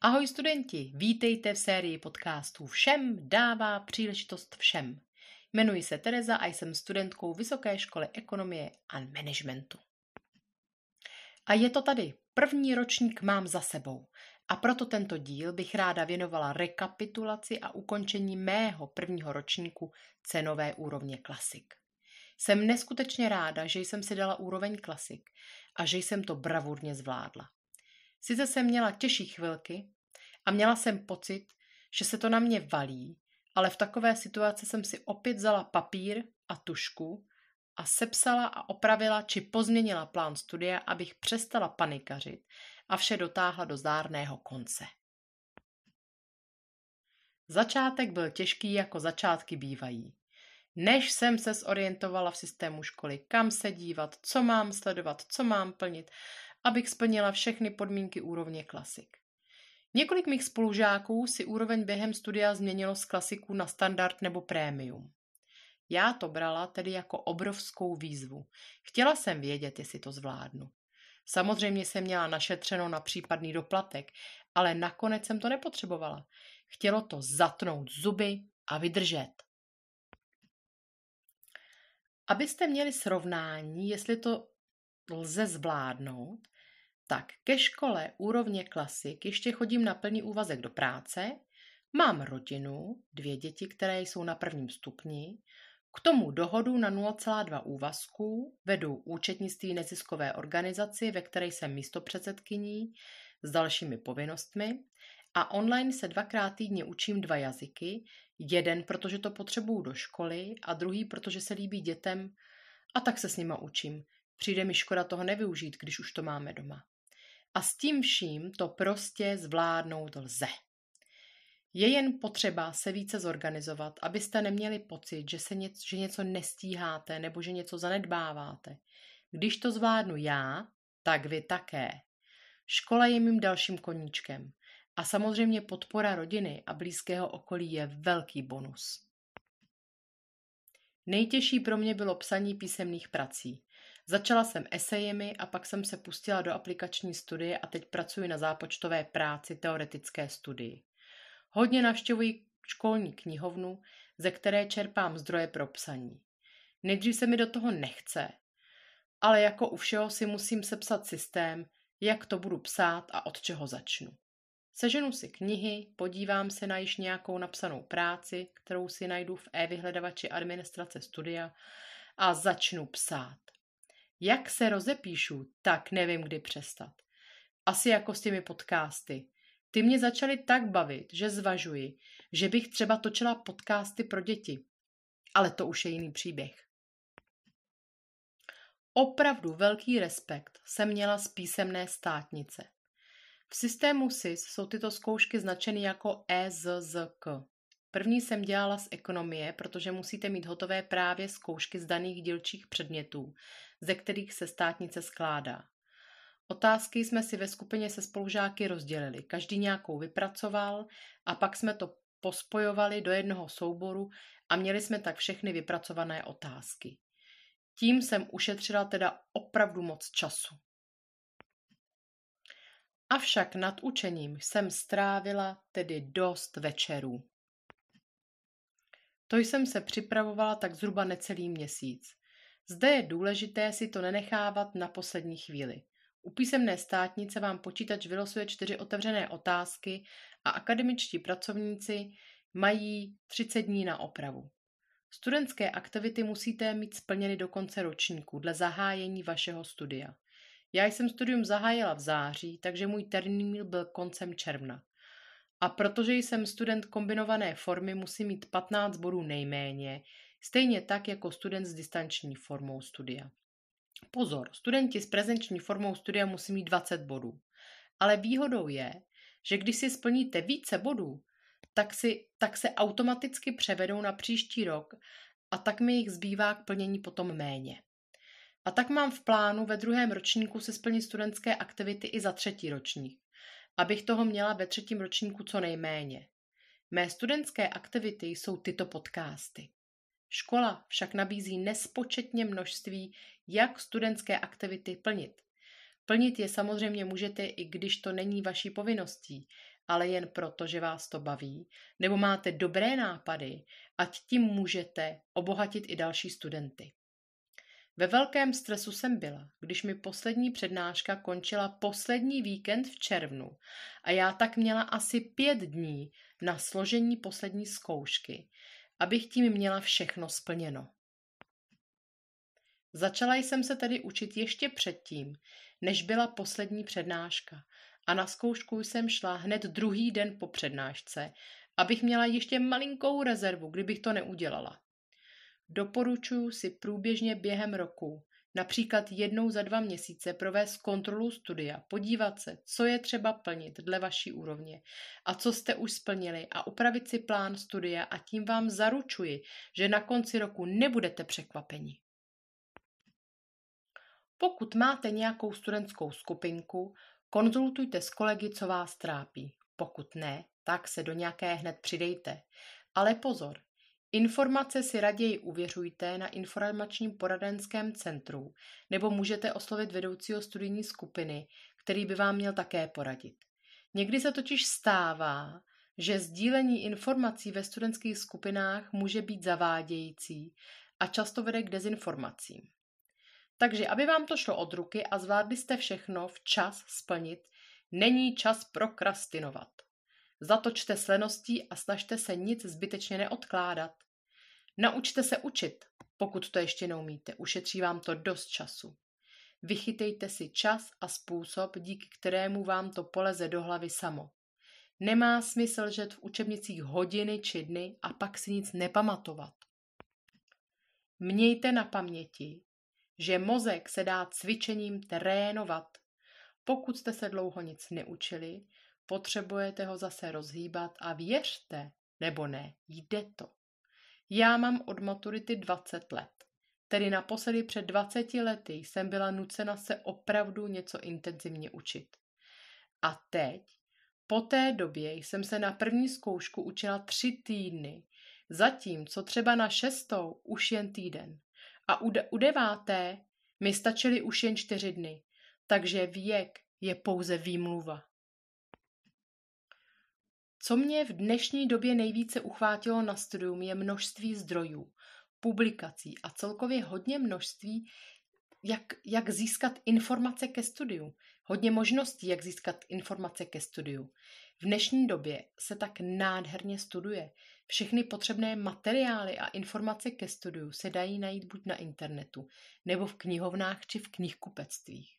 Ahoj studenti, vítejte v sérii podcastů Všem dává příležitost všem. Jmenuji se Tereza a jsem studentkou Vysoké školy ekonomie a managementu. A je to tady, první ročník mám za sebou a proto tento díl bych ráda věnovala rekapitulaci a ukončení mého prvního ročníku cenové úrovně klasik. Jsem neskutečně ráda, že jsem si dala úroveň klasik a že jsem to bravurně zvládla. Sice jsem měla těžší chvilky a měla jsem pocit, že se to na mě valí, ale v takové situaci jsem si opět vzala papír a tužku a sepsala a opravila či pozměnila plán studia, abych přestala panikařit a vše dotáhla do zdárného konce. Začátek byl těžký, jako začátky bývají. Než jsem se zorientovala v systému školy, kam se dívat, co mám sledovat, co mám plnit, abych splnila všechny podmínky úrovně klasik. Několik mých spolužáků si úroveň během studia změnilo z klasiků na standard nebo prémium. Já to brala tedy jako obrovskou výzvu. Chtěla jsem vědět, jestli to zvládnu. Samozřejmě jsem měla našetřeno na případný doplatek, ale nakonec jsem to nepotřebovala. Chtělo to zatnout zuby a vydržet. Abyste měli srovnání, jestli to lze zvládnout, tak ke škole úrovně klasik ještě chodím na plný úvazek do práce, mám rodinu, 2 děti, které jsou na 1. stupni, k tomu dohodu na 0,2 úvazků, vedu účetnictví neziskové organizaci, ve které jsem místopředsedkyní s dalšími povinnostmi a online se 2krát týdně učím 2 jazyky, jeden, protože to potřebuju do školy a druhý, protože se líbí dětem a tak se s nima učím. Přijde mi škoda toho nevyužít, když už to máme doma. A s tím vším to prostě zvládnout lze. Je jen potřeba se více zorganizovat, abyste neměli pocit, že něco nestíháte nebo že něco zanedbáváte. Když to zvládnu já, tak vy také. Škola je mým dalším koníčkem. A samozřejmě podpora rodiny a blízkého okolí je velký bonus. Nejtěžší pro mě bylo psaní písemných prací. Začala jsem esejemi a pak jsem se pustila do aplikační studie a teď pracuji na zápočtové práci teoretické studii. Hodně navštěvuji školní knihovnu, ze které čerpám zdroje pro psaní. Nejdřív se mi do toho nechce, ale jako u všeho si musím sepsat systém, jak to budu psát a od čeho začnu. Seženu si knihy, podívám se na již nějakou napsanou práci, kterou si najdu v e-vyhledávači administrace studia a začnu psát. Jak se rozepíšu, tak nevím, kdy přestat. Asi jako s těmi podcasty. Ty mě začaly tak bavit, že zvažuji, že bych třeba točila podcasty pro děti. Ale to už je jiný příběh. Opravdu velký respekt jsem měla z písemné státnice. V systému SIS jsou tyto zkoušky značeny jako EZZK. První jsem dělala z ekonomie, protože musíte mít hotové právě zkoušky z daných dílčích předmětů, ze kterých se státnice skládá. Otázky jsme si ve skupině se spolužáky rozdělili, každý nějakou vypracoval a pak jsme to pospojovali do jednoho souboru a měli jsme tak všechny vypracované otázky. Tím jsem ušetřila teda opravdu moc času. Avšak nad učením jsem strávila tedy dost večerů. To jsem se připravovala tak zhruba necelý měsíc. Zde je důležité si to nenechávat na poslední chvíli. U písemné státnice vám počítač vylosuje 4 otevřené otázky a akademičtí pracovníci mají 30 dní na opravu. Studentské aktivity musíte mít splněny do konce ročníku dle zahájení vašeho studia. Já jsem studium zahájila v září, takže můj termín byl koncem června. A protože jsem student kombinované formy, musím mít 15 bodů nejméně, stejně tak jako student s distanční formou studia. Pozor, studenti s prezenční formou studia musí mít 20 bodů. Ale výhodou je, že když si splníte více bodů, tak se automaticky převedou na příští rok a tak mi jich zbývá k plnění potom méně. A tak mám v plánu ve 2. ročníku se splnit studentské aktivity i za 3. ročník, abych toho měla ve 3. ročníku co nejméně. Mé studentské aktivity jsou tyto podcasty. Škola však nabízí nespočetně množství, jak studentské aktivity plnit. Plnit je samozřejmě můžete, i když to není vaší povinností, ale jen proto, že vás to baví, nebo máte dobré nápady, ať tím můžete obohatit i další studenty. Ve velkém stresu jsem byla, když mi poslední přednáška končila poslední víkend v červnu a já tak měla asi 5 dní na složení poslední zkoušky, abych tím měla všechno splněno. Začala jsem se tedy učit ještě předtím, než byla poslední přednáška a na zkoušku jsem šla hned druhý den po přednášce, abych měla ještě malinkou rezervu, kdybych to neudělala. Doporučuji si průběžně během roku, například 1 za 2 měsíce, provést kontrolu studia, podívat se, co je třeba plnit dle vaší úrovně a co jste už splnili a upravit si plán studia a tím vám zaručuji, že na konci roku nebudete překvapeni. Pokud máte nějakou studentskou skupinku, konzultujte s kolegy, co vás trápí. Pokud ne, tak se do nějaké hned přidejte. Ale pozor, informace si raději uvěřujte na informačním poradenském centru nebo můžete oslovit vedoucího studijní skupiny, který by vám měl také poradit. Někdy se totiž stává, že sdílení informací ve studentských skupinách může být zavádějící a často vede k dezinformacím. Takže aby vám to šlo od ruky a zvládli jste všechno včas splnit, není čas prokrastinovat. Zatočte s leností a snažte se nic zbytečně neodkládat. Naučte se učit, pokud to ještě neumíte, ušetří vám to dost času. Vychytejte si čas a způsob, díky kterému vám to poleze do hlavy samo. Nemá smysl žet v učebnicích hodiny či dny a pak si nic nepamatovat. Mějte na paměti, že mozek se dá cvičením trénovat. Pokud jste se dlouho nic neučili, potřebujete ho zase rozhýbat a věřte, nebo ne, jde to. Já mám od maturity 20 let, tedy naposledy před 20 lety jsem byla nucena se opravdu něco intenzivně učit. A teď, po té době jsem se na první zkoušku učila 3 týdny, zatímco třeba na 6. už jen týden. A u 9. mi stačily už jen 4 dny, takže věk je pouze výmluva. Co mě v dnešní době nejvíce uchvátilo na studium je množství zdrojů, publikací a celkově hodně množství, jak získat informace ke studiu. Hodně možností, jak získat informace ke studiu. V dnešní době se tak nádherně studuje. Všechny potřebné materiály a informace ke studiu se dají najít buď na internetu, nebo v knihovnách či v knihkupectvích.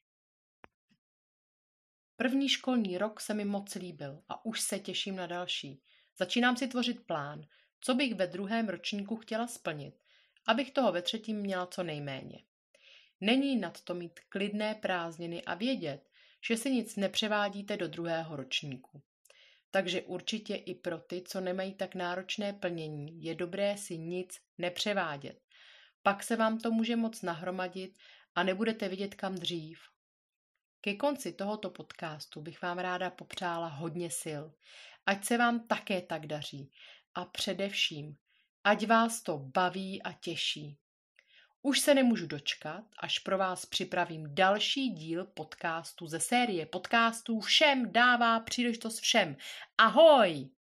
První školní rok se mi moc líbil a už se těším na další. Začínám si tvořit plán, co bych ve 2. ročníku chtěla splnit, abych toho ve 3. měla co nejméně. Není nad to mít klidné prázdniny a vědět, že si nic nepřevádíte do 2. ročníku. Takže určitě i pro ty, co nemají tak náročné plnění, je dobré si nic nepřevádět. Pak se vám to může moc nahromadit a nebudete vidět kam dřív. Ke konci tohoto podcastu bych vám ráda popřála hodně sil. Ať se vám také tak daří. A především, ať vás to baví a těší. Už se nemůžu dočkat, až pro vás připravím další díl podcastu ze série podcastů Všem dává příležitost všem. Ahoj!